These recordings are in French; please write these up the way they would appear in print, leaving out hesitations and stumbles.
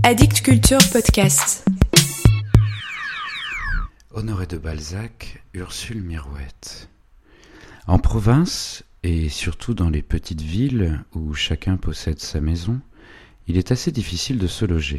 Addict Culture Podcast. Honoré de Balzac, Ursule Mirouette. En province, et surtout dans les petites villes où chacun possède sa maison, il est assez difficile de se loger.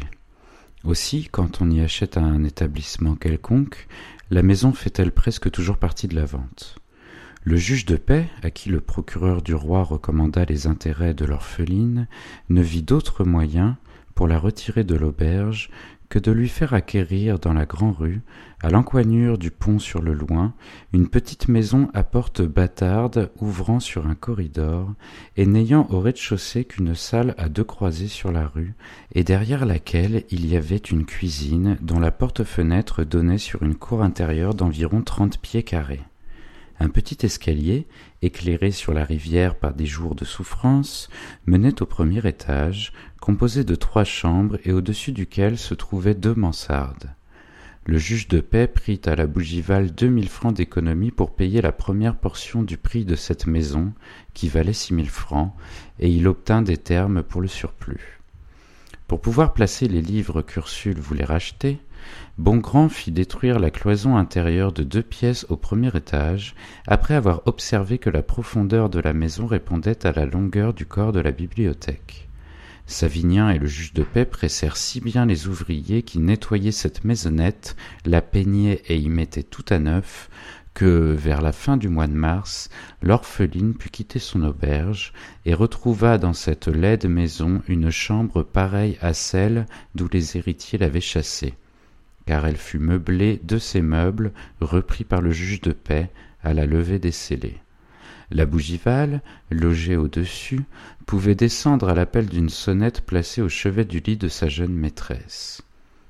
Aussi, quand on y achète un établissement quelconque, la maison fait-elle presque toujours partie de la vente. Le juge de paix, à qui le procureur du roi recommanda les intérêts de l'orpheline, ne vit d'autre moyen, pour la retirer de l'auberge, que de lui faire acquérir dans la Grand-Rue, à l'encoignure du pont sur le Loing, une petite maison à porte bâtarde ouvrant sur un corridor et n'ayant au rez-de-chaussée qu'une salle à 2 croisées sur la rue, et derrière laquelle il y avait une cuisine dont la porte-fenêtre donnait sur une cour intérieure d'environ 30 pieds carrés. Un petit escalier, éclairé sur la rivière par des jours de souffrance, menait au premier étage, composé de 3 chambres et au-dessus duquel se trouvaient 2 mansardes. Le juge de paix prit à la Bougival 2000 francs d'économie pour payer la première portion du prix de cette maison, qui valait 6000 francs, et il obtint des termes pour le surplus. Pour pouvoir placer les livres qu'Ursule voulait racheter, Bongrand fit détruire la cloison intérieure de 2 pièces au premier étage, après avoir observé que la profondeur de la maison répondait à la longueur du corps de la bibliothèque. Savinien et le juge de paix pressèrent si bien les ouvriers qui nettoyaient cette maisonnette, la peignaient et y mettaient tout à neuf, que, vers la fin du mois de mars, l'orpheline put quitter son auberge et retrouva dans cette laide maison une chambre pareille à celle d'où les héritiers l'avaient chassée, car elle fut meublée de ses meubles, repris par le juge de paix à la levée des scellés. La Bougival, logée au-dessus, pouvait descendre à l'appel d'une sonnette placée au chevet du lit de sa jeune maîtresse.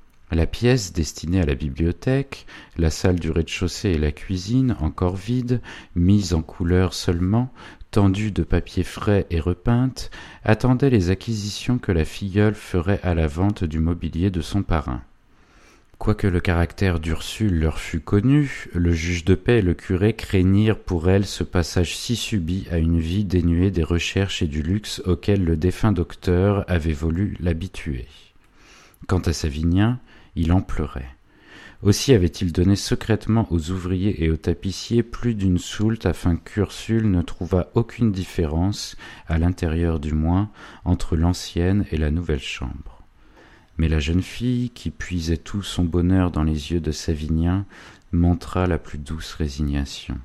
La pièce destinée à la bibliothèque, la salle du rez-de-chaussée et la cuisine, encore vides, mises en couleur seulement, tendues de papier frais et repeintes, attendaient les acquisitions que la filleule ferait à la vente du mobilier de son parrain. Quoique le caractère d'Ursule leur fût connu, le juge de paix et le curé craignirent pour elle ce passage si subit à une vie dénuée des recherches et du luxe auquel le défunt docteur avait voulu l'habituer. Quant à Savinien, il en pleurait. Aussi avait-il donné secrètement aux ouvriers et aux tapissiers plus d'une soulte afin qu'Ursule ne trouvât aucune différence, à l'intérieur du moins, entre l'ancienne et la nouvelle chambre. Mais la jeune fille, qui puisait tout son bonheur dans les yeux de Savinien, montra la plus douce résignation.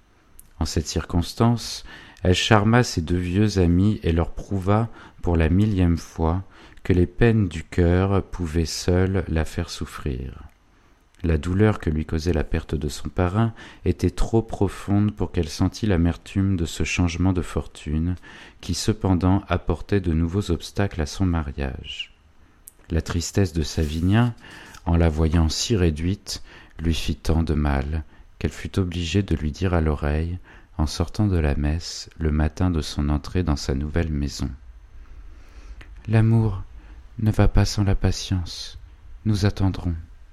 En cette circonstance, elle charma ses 2 vieux amis et leur prouva, pour la 1000e fois, que les peines du cœur pouvaient seules la faire souffrir. La douleur que lui causait la perte de son parrain était trop profonde pour qu'elle sentît l'amertume de ce changement de fortune, qui cependant apportait de nouveaux obstacles à son mariage. La tristesse de Savinien, en la voyant si réduite, lui fit tant de mal qu'elle fut obligée de lui dire à l'oreille, en sortant de la messe le matin de son entrée dans sa nouvelle maison. « L'amour ne va pas sans la patience, nous attendrons. »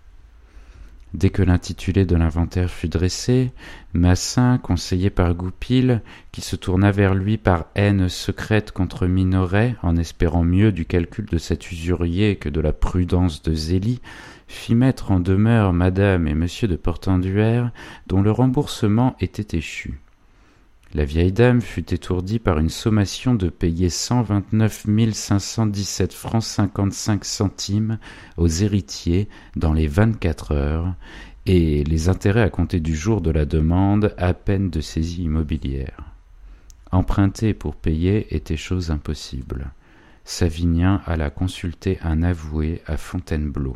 Dès que l'intitulé de l'inventaire fut dressé, Massin, conseillé par Goupil, qui se tourna vers lui par haine secrète contre Minoret, en espérant mieux du calcul de cet usurier que de la prudence de Zélie, fit mettre en demeure madame et monsieur de Portenduère, dont le remboursement était échu. La vieille dame fut étourdie par une sommation de payer 129 517 francs 55 centimes aux héritiers dans les 24 heures, et les intérêts à compter du jour de la demande à peine de saisie immobilière. Emprunter pour payer était chose impossible. Savinien alla consulter un avoué à Fontainebleau.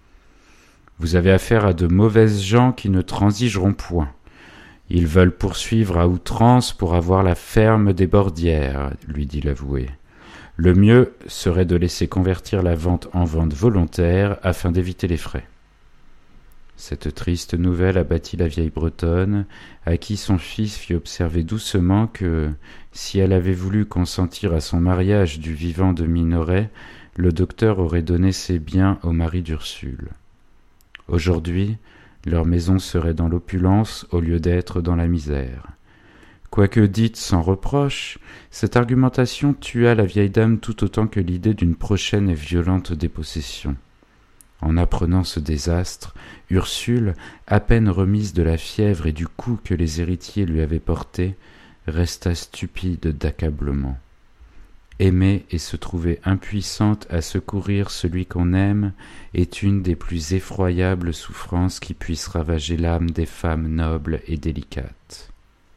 « Vous avez affaire à de mauvaises gens qui ne transigeront point. Ils veulent poursuivre à outrance pour avoir la ferme des Bordières, lui dit l'avoué. Le mieux serait de laisser convertir la vente en vente volontaire afin d'éviter les frais. » Cette triste nouvelle abattit la vieille Bretonne, à qui son fils fit observer doucement que, si elle avait voulu consentir à son mariage du vivant de Minoret, le docteur aurait donné ses biens au mari d'Ursule. Aujourd'hui, leur maison serait dans l'opulence au lieu d'être dans la misère. Quoique dite sans reproche, cette argumentation tua la vieille dame tout autant que l'idée d'une prochaine et violente dépossession. En apprenant ce désastre, Ursule, à peine remise de la fièvre et du coup que les héritiers lui avaient porté, resta stupide d'accablement. Aimer et se trouver impuissante à secourir celui qu'on aime est une des plus effroyables souffrances qui puissent ravager l'âme des femmes nobles et délicates.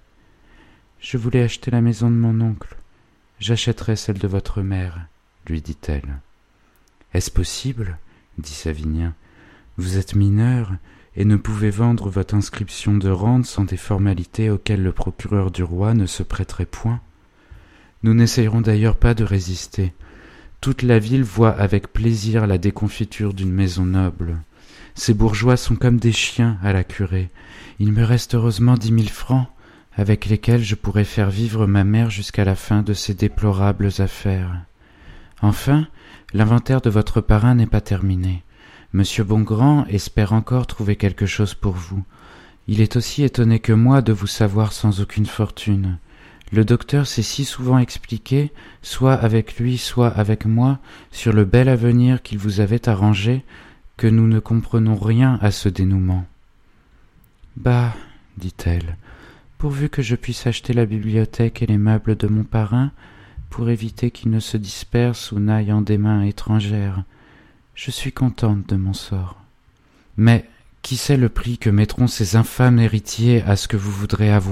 « Je voulais acheter la maison de mon oncle. J'achèterai celle de votre mère, lui dit-elle. « Est-ce possible ? Dit Savinien. Vous êtes mineur et ne pouvez vendre votre inscription de rente sans des formalités auxquelles le procureur du roi ne se prêterait point. Nous n'essayerons d'ailleurs pas de résister. Toute la ville voit avec plaisir la déconfiture d'une maison noble. Ces bourgeois sont comme des chiens à la curée. Il me reste heureusement 10 000 francs, avec lesquels je pourrai faire vivre ma mère jusqu'à la fin de ces déplorables affaires. Enfin, l'inventaire de votre parrain n'est pas terminé. Monsieur Bongrand espère encore trouver quelque chose pour vous. Il est aussi étonné que moi de vous savoir sans aucune fortune. Le docteur s'est si souvent expliqué, soit avec lui, soit avec moi, sur le bel avenir qu'il vous avait arrangé, que nous ne comprenons rien à ce dénouement. « Bah, dit-elle, pourvu que je puisse acheter la bibliothèque et les meubles de mon parrain, pour éviter qu'il ne se disperse ou n'aille en des mains étrangères. Je suis contente de mon sort. Mais qui sait le prix que mettront ces infâmes héritiers à ce que vous voudrez avoir ? »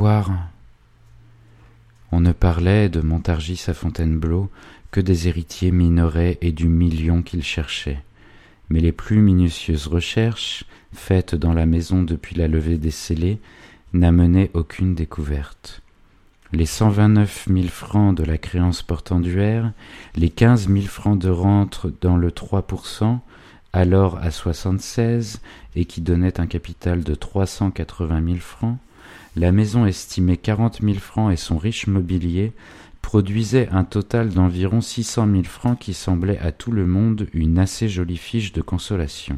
On ne parlait de Montargis à Fontainebleau que des héritiers Minoret et du million qu'ils cherchaient. Mais les plus minutieuses recherches, faites dans la maison depuis la levée des scellés, n'amenaient aucune découverte. Les 129 000 francs de la créance portenduère, les 15 000 francs de rente dans le 3%, alors à 76 et qui donnait un capital de 380 000 francs, la maison estimée 40 000 francs et son riche mobilier produisaient un total d'environ 600 000 francs qui semblait à tout le monde une assez jolie fiche de consolation.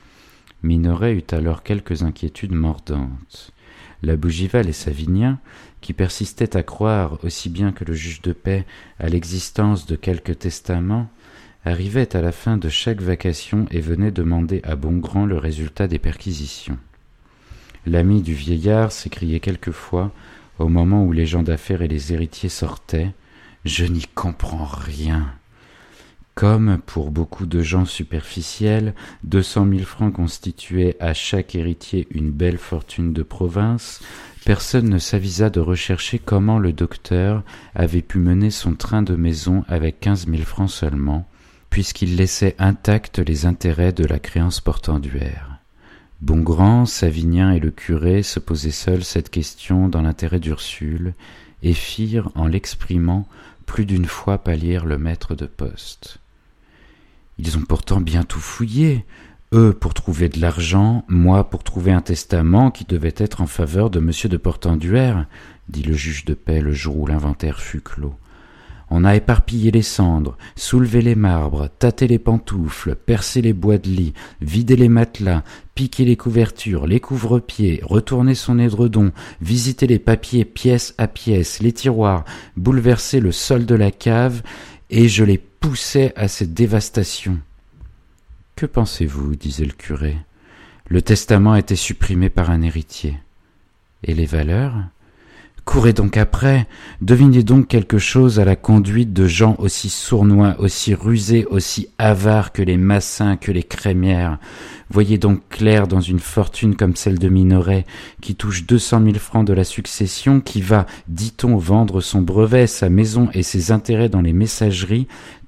Minoret eut alors quelques inquiétudes mordantes. La Bougival et Savinien, qui persistaient à croire, aussi bien que le juge de paix, à l'existence de quelques testaments, arrivaient à la fin de chaque vacation et venaient demander à Bongrand le résultat des perquisitions. L'ami du vieillard s'écriait quelquefois, au moment où les gens d'affaires et les héritiers sortaient, « Je n'y comprends rien !» Comme, pour beaucoup de gens superficiels, 200 000 francs constituaient à chaque héritier une belle fortune de province, personne ne s'avisa de rechercher comment le docteur avait pu mener son train de maison avec 15 000 francs seulement, puisqu'il laissait intacts les intérêts de la créance portenduère. Bongrand, Savinien et le curé se posaient seuls cette question dans l'intérêt d'Ursule, et firent, en l'exprimant, plus d'une fois pâlir le maître de poste. « Ils ont pourtant bien tout fouillé, eux pour trouver de l'argent, moi pour trouver un testament qui devait être en faveur de monsieur de Portenduère, dit le juge de paix le jour où l'inventaire fut clos. On a éparpillé les cendres, soulevé les marbres, tâté les pantoufles, percé les bois de lit, vidé les matelas, piqué les couvertures, les couvre-pieds, retourné son édredon, visité les papiers pièce à pièce, les tiroirs, bouleversé le sol de la cave, et je les poussais à cette dévastation. « Que pensez-vous » disait le curé. « Le testament a été supprimé par un héritier. »« Et les valeurs ?» Courez donc après, devinez donc quelque chose à la conduite de gens aussi sournois, aussi rusés, aussi avares que les Massins, que les Crémières. Voyez donc clair dans une fortune comme celle de Minoret, qui touche 200 000 francs de la succession, qui va, dit-on, vendre son brevet, sa maison et ses intérêts dans les messageries,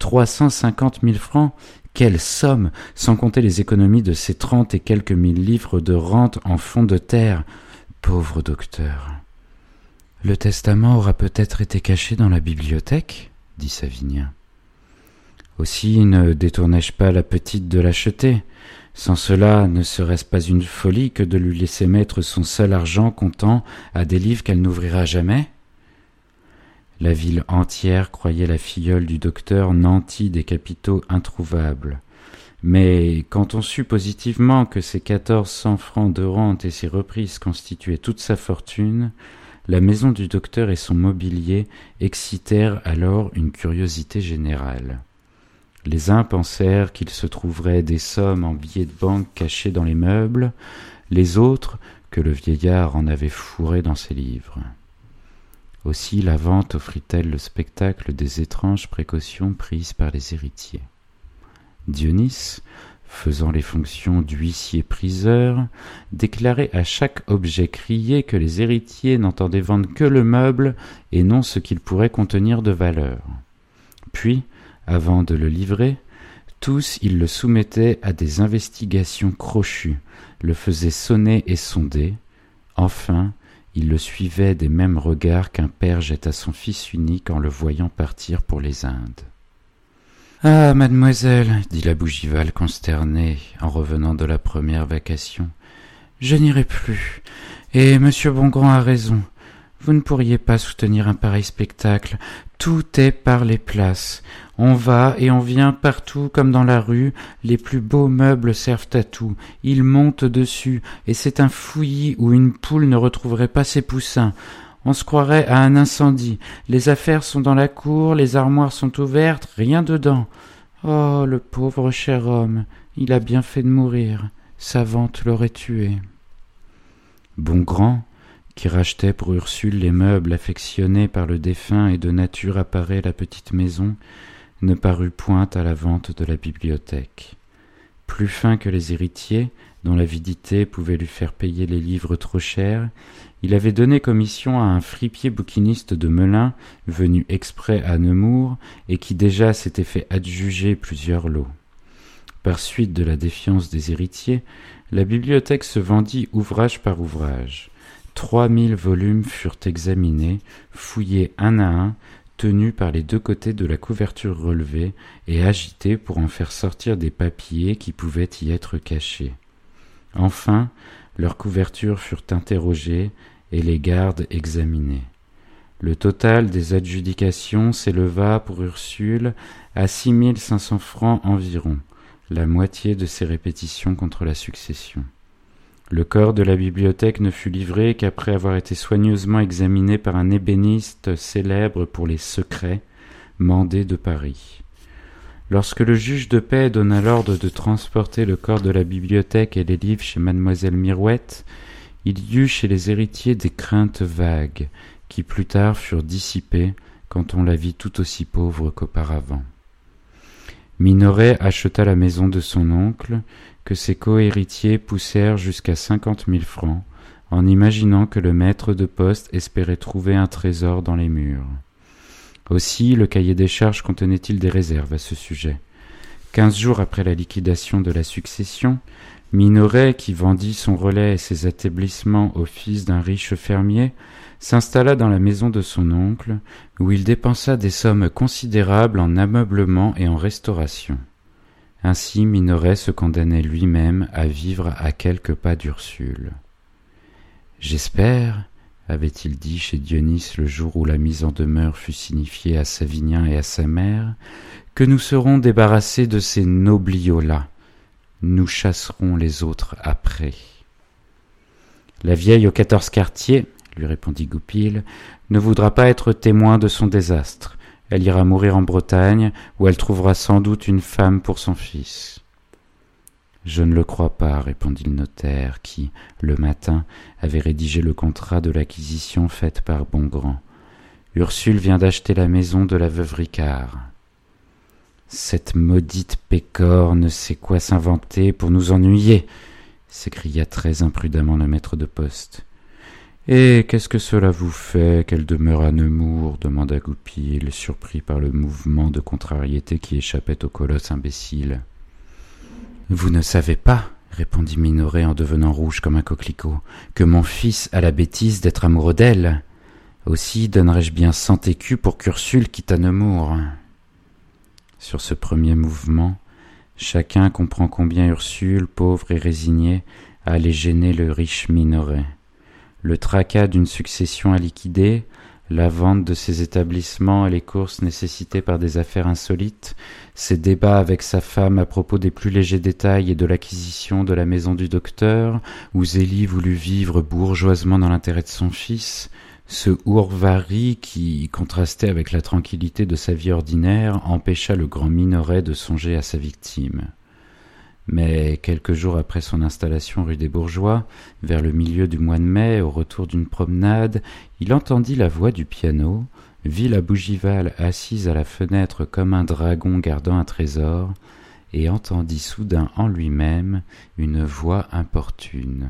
350 000 francs. Quelle somme, sans compter les économies de ces 30 et quelques mille livres de rente en fonds de terre. Pauvre docteur. « Le testament aura peut-être été caché dans la bibliothèque, » dit Savinien. « Aussi ne détournai-je pas la petite de l'acheter. Sans cela, ne serait-ce pas une folie que de lui laisser mettre son seul argent comptant à des livres qu'elle n'ouvrira jamais ?» La ville entière croyait la filleule du docteur nantie des capitaux introuvables. Mais quand on sut positivement que ces 1400 francs de rente et ses reprises constituaient toute sa fortune, la maison du docteur et son mobilier excitèrent alors une curiosité générale. Les uns pensèrent qu'il se trouverait des sommes en billets de banque cachés dans les meubles, les autres que le vieillard en avait fourré dans ses livres. Aussi la vente offrit-elle le spectacle des étranges précautions prises par les héritiers. Dionys, faisant les fonctions d'huissier-priseur, déclarait à chaque objet crié que les héritiers n'entendaient vendre que le meuble et non ce qu'il pourrait contenir de valeur. Puis, avant de le livrer, tous ils le soumettaient à des investigations crochues, le faisaient sonner et sonder. Enfin, ils le suivaient des mêmes regards qu'un père jette à son fils unique en le voyant partir pour les Indes. « Ah, mademoiselle, dit la Bougival consternée en revenant de la première vacation, je n'irai plus, et monsieur Bongrand a raison. Vous ne pourriez pas soutenir un pareil spectacle. Tout est par les places. On va et on vient partout comme dans la rue. Les plus beaux meubles servent à tout. Ils montent dessus, et c'est un fouillis où une poule ne retrouverait pas ses poussins. On se croirait à un incendie. Les affaires sont dans la cour, les armoires sont ouvertes, rien dedans. Oh, le pauvre cher homme, il a bien fait de mourir. Sa vente l'aurait tué. Bongrand, qui rachetait pour Ursule les meubles affectionnés par le défunt et de nature à parer la petite maison, ne parut point à la vente de la bibliothèque. Plus fin que les héritiers, dont l'avidité pouvait lui faire payer les livres trop chers, il avait donné commission à un fripier bouquiniste de Melun, venu exprès à Nemours, et qui déjà s'était fait adjuger plusieurs lots. Par suite de la défiance des héritiers, la bibliothèque se vendit ouvrage par ouvrage. 3000 volumes furent examinés, fouillés un à un, tenus par les deux côtés de la couverture relevée et agités pour en faire sortir des papiers qui pouvaient y être cachés. Enfin, leurs couvertures furent interrogées et les gardes examinés. Le total des adjudications s'éleva pour Ursule à 6500 francs environ, la moitié de ses répétitions contre la succession. Le corps de la bibliothèque ne fut livré qu'après avoir été soigneusement examiné par un ébéniste célèbre pour les secrets, Mandé de Paris. Lorsque le juge de paix donna l'ordre de transporter le corps de la bibliothèque et les livres chez mademoiselle Mirouette, il y eut chez les héritiers des craintes vagues, qui plus tard furent dissipées quand on la vit tout aussi pauvre qu'auparavant. Minoret acheta la maison de son oncle, que ses cohéritiers poussèrent jusqu'à 50 000 francs, en imaginant que le maître de poste espérait trouver un trésor dans les murs. Aussi, le cahier des charges contenait-il des réserves à ce sujet. 15 jours après la liquidation de la succession, Minoret, qui vendit son relais et ses établissements au fils d'un riche fermier, s'installa dans la maison de son oncle, où il dépensa des sommes considérables en ameublement et en restauration. Ainsi Minoret se condamnait lui-même à vivre à quelques pas d'Ursule. « J'espère, avait-il dit chez Dionys le jour où la mise en demeure fut signifiée à Savinien et à sa mère, que nous serons débarrassés de ces nobliaux-là. Nous chasserons les autres après. » La vieille aux 14 quartiers, lui répondit Goupil, ne voudra pas être témoin de son désastre. Elle ira mourir en Bretagne, où elle trouvera sans doute une femme pour son fils. Je ne le crois pas, répondit le notaire, qui, le matin, avait rédigé le contrat de l'acquisition faite par Bongrand. Ursule vient d'acheter la maison de la veuve Ricard. Cette maudite Pécore ne sait quoi s'inventer pour nous ennuyer, s'écria très imprudemment le maître de poste. « Et qu'est-ce que cela vous fait qu'elle demeure à Nemours » demanda Goupil, surpris par le mouvement de contrariété qui échappait au colosse imbécile. « Vous ne savez pas, » répondit Minoret en devenant rouge comme un coquelicot, « que mon fils a la bêtise d'être amoureux d'elle. Aussi donnerais-je bien 100 écus pour qu'Ursule quitte à Nemours. » Sur ce premier mouvement, chacun comprend combien Ursule, pauvre et résignée, allait gêner le riche Minoret. Le tracas d'une succession à liquider, la vente de ses établissements et les courses nécessitées par des affaires insolites, ses débats avec sa femme à propos des plus légers détails et de l'acquisition de la maison du docteur, où Zélie voulut vivre bourgeoisement dans l'intérêt de son fils, Ce hourvari qui contrastait avec la tranquillité de sa vie ordinaire empêcha le grand Minoret de songer à sa victime. Mais quelques jours après son installation rue des Bourgeois, vers le milieu du mois de mai, au retour d'une promenade, il entendit la voix du piano, vit la Bougival assise à la fenêtre comme un dragon gardant un trésor, et entendit soudain en lui-même une voix importune.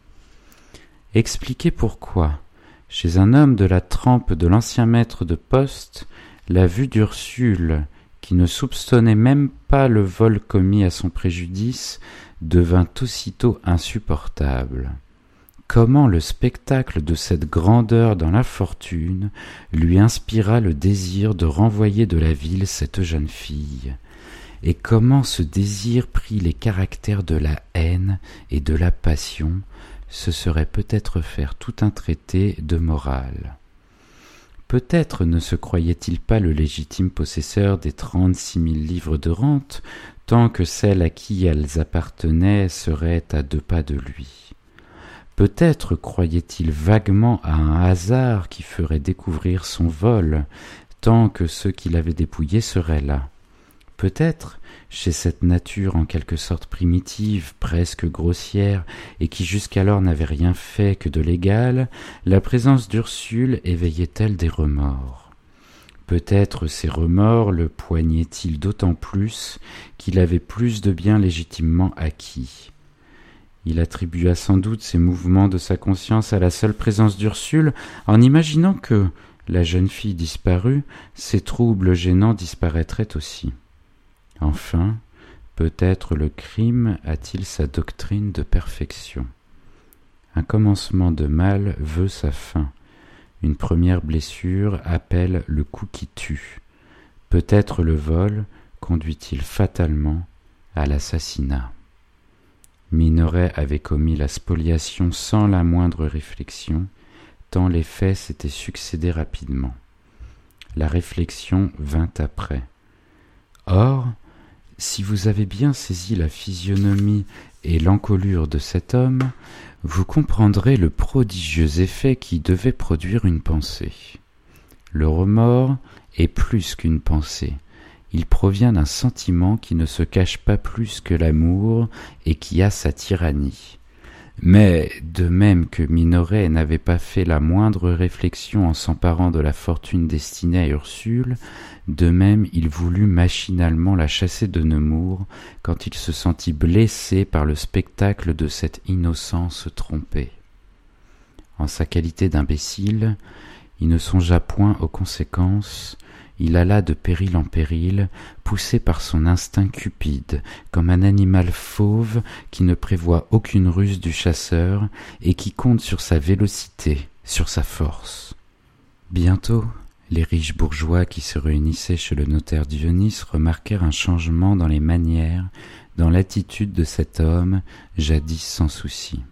Expliquer pourquoi, chez un homme de la trempe de l'ancien maître de poste, la vue d'Ursule, qui ne soupçonnait même pas le vol commis à son préjudice, devint aussitôt insupportable. Comment le spectacle de cette grandeur dans la fortune lui inspira le désir de renvoyer de la ville cette jeune fille, et comment ce désir prit les caractères de la haine et de la passion, ce serait peut-être faire tout un traité de morale. Peut-être ne se croyait-il pas le légitime possesseur des 36 000 livres de rente, tant que celle à qui elles appartenaient serait à 2 pas de lui. Peut-être croyait-il vaguement à un hasard qui ferait découvrir son vol, tant que ceux qui l'avaient dépouillé seraient là. Peut-être, chez cette nature en quelque sorte primitive, presque grossière, et qui jusqu'alors n'avait rien fait que de légal, la présence d'Ursule éveillait-elle des remords. Peut-être ces remords le poignaient-ils d'autant plus qu'il avait plus de biens légitimement acquis. Il attribua sans doute ces mouvements de sa conscience à la seule présence d'Ursule, en imaginant que, la jeune fille disparue, ces troubles gênants disparaîtraient aussi. Enfin, peut-être le crime a-t-il sa doctrine de perfection. Un commencement de mal veut sa fin. Une première blessure appelle le coup qui tue. Peut-être le vol conduit-il fatalement à l'assassinat. Minoret avait commis la spoliation sans la moindre réflexion, tant les faits s'étaient succédé rapidement. La réflexion vint après. Or, si vous avez bien saisi la physionomie et l'encolure de cet homme, vous comprendrez le prodigieux effet qui devait produire une pensée. Le remords est plus qu'une pensée. Il provient d'un sentiment qui ne se cache pas plus que l'amour et qui a sa tyrannie. Mais, de même que Minoret n'avait pas fait la moindre réflexion en s'emparant de la fortune destinée à Ursule, de même il voulut machinalement la chasser de Nemours quand il se sentit blessé par le spectacle de cette innocence trompée. En sa qualité d'imbécile, il ne songea point aux conséquences. Il alla de péril en péril, poussé par son instinct cupide, comme un animal fauve qui ne prévoit aucune ruse du chasseur et qui compte sur sa vélocité, sur sa force. Bientôt, les riches bourgeois qui se réunissaient chez le notaire Dionis remarquèrent un changement dans les manières, dans l'attitude de cet homme, jadis sans souci.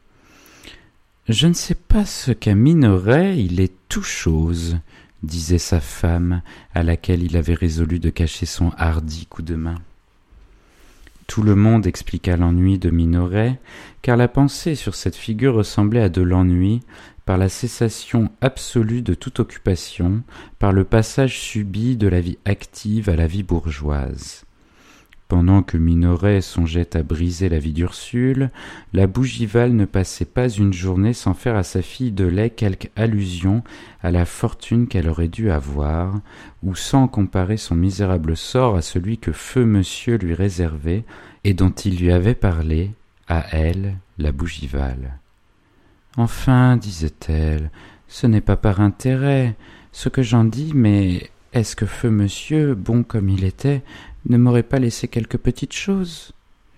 « Je ne sais pas ce qu'à Minoret, il est tout chose », disait sa femme, à laquelle il avait résolu de cacher son hardi coup de main. Tout le monde expliqua l'ennui de Minoret, car la pensée sur cette figure ressemblait à de l'ennui, par la cessation absolue de toute occupation, par le passage subit de la vie active à la vie bourgeoise. Pendant que Minoret songeait à briser la vie d'Ursule, la Bougival ne passait pas une journée sans faire à sa fille de lait quelque allusion à la fortune qu'elle aurait dû avoir, ou sans comparer son misérable sort à celui que feu monsieur lui réservait et dont il lui avait parlé, à elle, la Bougival. « Enfin, disait-elle, ce n'est pas par intérêt, ce que j'en dis, mais est-ce que feu monsieur, bon comme il était, ne m'aurait pas laissé quelques petites choses ?»«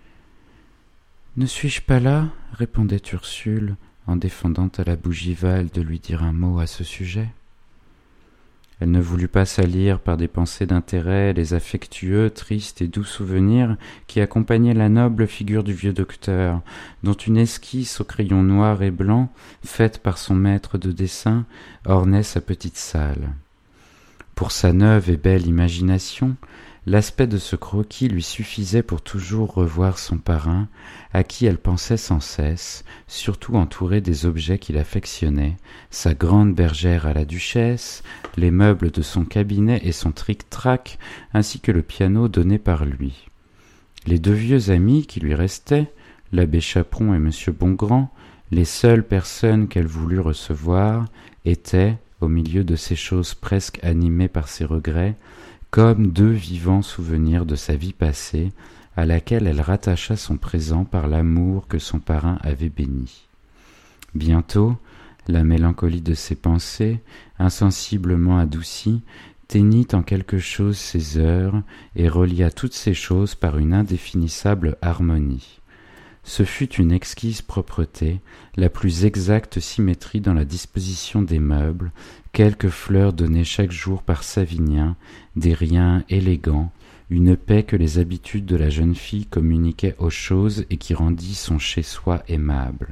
Ne suis-je pas là ?» répondait Ursule, en défendant à la Bougival de lui dire un mot à ce sujet. Elle ne voulut pas salir par des pensées d'intérêt les affectueux, tristes et doux souvenirs qui accompagnaient la noble figure du vieux docteur, dont une esquisse au crayon noir et blanc, faite par son maître de dessin, ornait sa petite salle. Pour sa neuve et belle imagination, l'aspect de ce croquis lui suffisait pour toujours revoir son parrain, à qui elle pensait sans cesse, surtout entouré des objets qu'il affectionnait, sa grande bergère à la duchesse, les meubles de son cabinet et son tric-trac, ainsi que le piano donné par lui. Les deux vieux amis qui lui restaient, l'abbé Chaperon et M. Bongrand, les seules personnes qu'elle voulut recevoir, étaient, au milieu de ces choses presque animées par ses regrets, comme deux vivants souvenirs de sa vie passée, à laquelle elle rattacha son présent par l'amour que son parrain avait béni. Bientôt, la mélancolie de ses pensées, insensiblement adoucie, teignit en quelque chose ses heures et relia toutes ces choses par une indéfinissable harmonie. Ce fut une exquise propreté, la plus exacte symétrie dans la disposition des meubles, quelques fleurs données chaque jour par Savinien, des riens élégants, une paix que les habitudes de la jeune fille communiquaient aux choses et qui rendit son chez-soi aimable.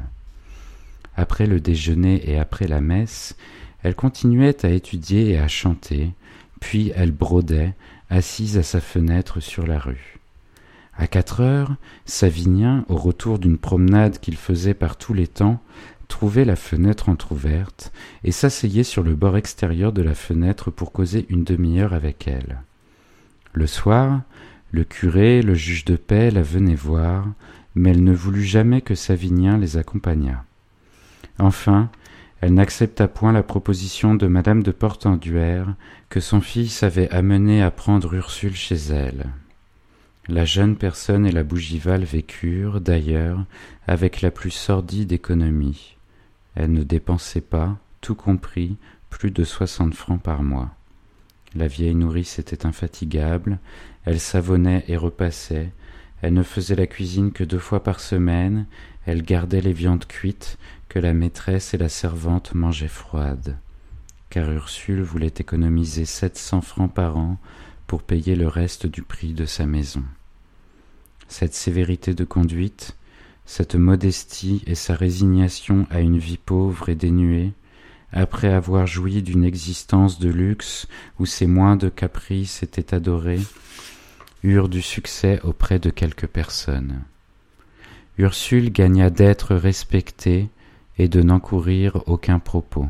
Après le déjeuner et après la messe, elle continuait à étudier et à chanter, puis elle brodait, assise à sa fenêtre sur la rue. À 4 heures, Savinien, au retour d'une promenade qu'il faisait par tous les temps, trouvait la fenêtre entr'ouverte et s'asseyait sur le bord extérieur de la fenêtre pour causer une demi-heure avec elle. Le soir, le curé, le juge de paix la venaient voir, mais elle ne voulut jamais que Savinien les accompagnât. Enfin, elle n'accepta point la proposition de madame de Portenduère que son fils avait amenée à prendre Ursule chez elle. La jeune personne et la Bougival vécurent, d'ailleurs, avec la plus sordide économie. Elle ne dépensait pas, tout compris, plus de 60 francs par mois. La vieille nourrice était infatigable, elle savonnait et repassait, elle ne faisait la cuisine que 2 fois par semaine, elle gardait les viandes cuites que la maîtresse et la servante mangeaient froides. Car Ursule voulait économiser 700 francs par an pour payer le reste du prix de sa maison. Cette sévérité de conduite, cette modestie et sa résignation à une vie pauvre et dénuée, après avoir joui d'une existence de luxe où ses moindres caprices étaient adorés, eurent du succès auprès de quelques personnes. Ursule gagna d'être respectée et de n'encourir aucun propos.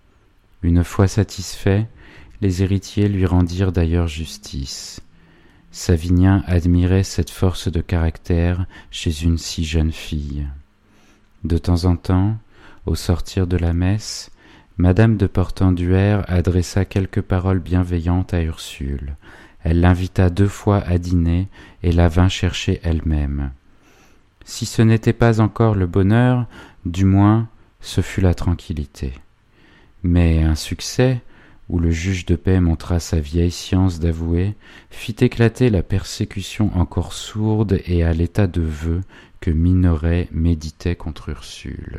Une fois satisfait, les héritiers lui rendirent d'ailleurs justice. Savinien admirait cette force de caractère chez une si jeune fille. De temps en temps, au sortir de la messe, madame de Portenduère adressa quelques paroles bienveillantes à Ursule. Elle l'invita 2 fois à dîner et la vint chercher elle-même. Si ce n'était pas encore le bonheur, du moins ce fut la tranquillité. Mais un succès, où le juge de paix montra sa vieille science d'avouer, fit éclater la persécution encore sourde et à l'état de vœu que Minoret méditait contre Ursule.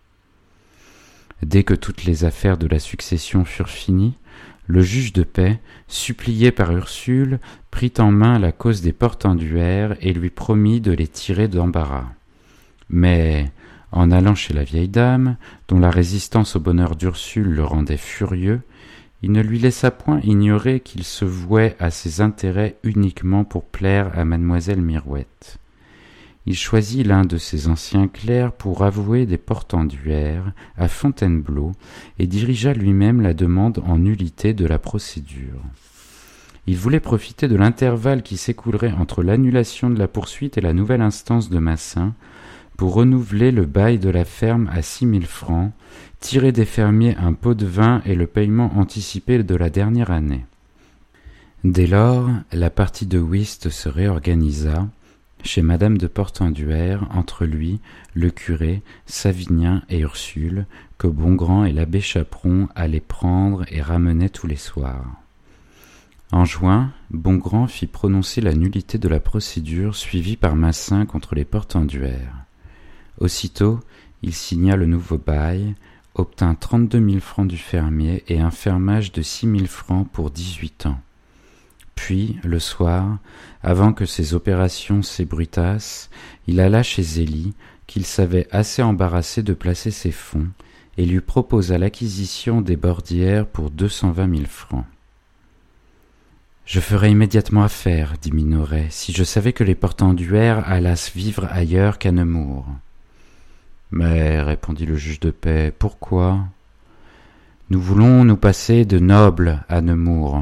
Dès que toutes les affaires de la succession furent finies, le juge de paix, supplié par Ursule, prit en main la cause des Portenduère et lui promit de les tirer d'embarras. Mais, en allant chez la vieille dame, dont la résistance au bonheur d'Ursule le rendait furieux, il ne lui laissa point ignorer qu'il se vouait à ses intérêts uniquement pour plaire à mademoiselle Mirouette. Il choisit l'un de ses anciens clercs pour avouer des Portenduère à Fontainebleau et dirigea lui-même la demande en nullité de la procédure. Il voulait profiter de l'intervalle qui s'écoulerait entre l'annulation de la poursuite et la nouvelle instance de Massin pour renouveler le bail de la ferme à 6 000 francs, tirer des fermiers un pot de vin et le paiement anticipé de la dernière année. Dès lors, la partie de whist se réorganisa chez madame de Portenduère entre lui, le curé, Savinien et Ursule, que Bongrand et l'abbé Chaperon allaient prendre et ramenaient tous les soirs. En juin, Bongrand fit prononcer la nullité de la procédure suivie par Massin contre les Portenduère. Aussitôt, il signa le nouveau bail, obtint 32 000 francs du fermier et un fermage de 6 000 francs pour 18 ans. Puis, le soir, avant que ses opérations s'ébruitassent, il alla chez Zélie, qu'il savait assez embarrassé de placer ses fonds, et lui proposa l'acquisition des Bordières pour 220 000 francs. Je ferais immédiatement affaire, dit Minoret, si je savais que les Portenduère allassent vivre ailleurs qu'à Nemours. Mais, répondit le juge de paix, pourquoi ? Nous voulons nous passer de nobles à Nemours.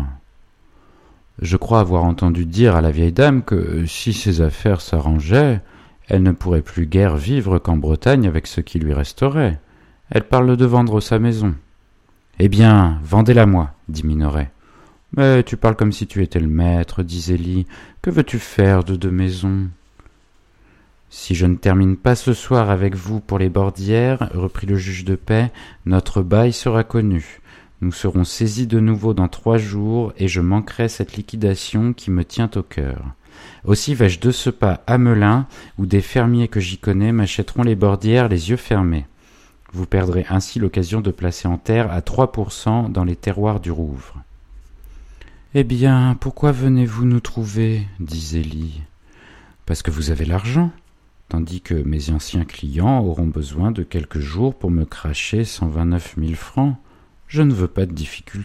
Je crois avoir entendu dire à la vieille dame que, si ses affaires s'arrangeaient, elle ne pourrait plus guère vivre qu'en Bretagne avec ce qui lui resterait. Elle parle de vendre sa maison. Eh bien, vendez-la-moi, dit Minoret. Mais tu parles comme si tu étais le maître, dit Zélie. Que veux-tu faire de deux maisons ? Si je ne termine pas ce soir avec vous pour les Bordières, reprit le juge de paix, notre bail sera connu. Nous serons saisis de nouveau dans 3 jours, et je manquerai cette liquidation qui me tient au cœur. Aussi vais-je de ce pas à Melun, où des fermiers que j'y connais m'achèteront les Bordières les yeux fermés. Vous perdrez ainsi l'occasion de placer en terre à 3% dans les terroirs du Rouvre. « Eh bien, pourquoi venez-vous nous trouver ?» dit Zélie. « Parce que vous avez l'argent, tandis que mes anciens clients auront besoin de quelques jours pour me cracher 129 000 francs. Je ne veux pas de difficulté. »«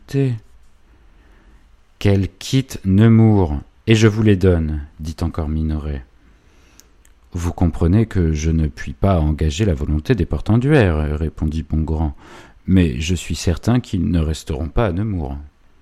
Qu'elle quitte Nemours, et je vous les donne, » dit encore Minoret. « Vous comprenez que je ne puis pas engager la volonté des Portenduère, » répondit Bongrand, « mais je suis certain qu'ils ne resteront pas à Nemours. »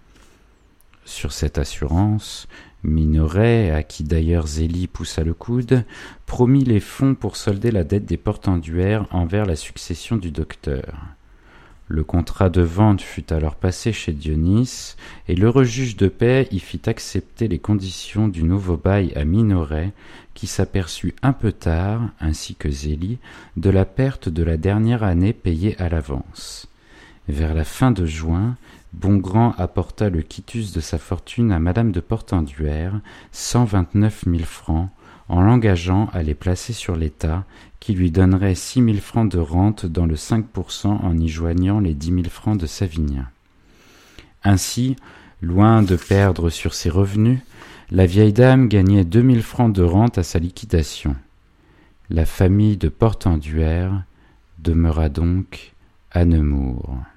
Sur cette assurance, Minoret, à qui d'ailleurs Zélie poussa le coude, promit les fonds pour solder la dette des Portenduère envers la succession du docteur. Le contrat de vente fut alors passé chez Dionis, et l'heureux juge de paix y fit accepter les conditions du nouveau bail à Minoret, qui s'aperçut un peu tard, ainsi que Zélie, de la perte de la dernière année payée à l'avance. Vers la fin de juin, Bongrand apporta le quitus de sa fortune à madame de Portenduère, 129 000 francs, en l'engageant à les placer sur l'État, qui lui donnerait 6 000 francs de rente dans le 5% en y joignant les 10 000 francs de Savinien. Ainsi, loin de perdre sur ses revenus, la vieille dame gagnait 2 000 francs de rente à sa liquidation. La famille de Portenduère demeura donc à Nemours.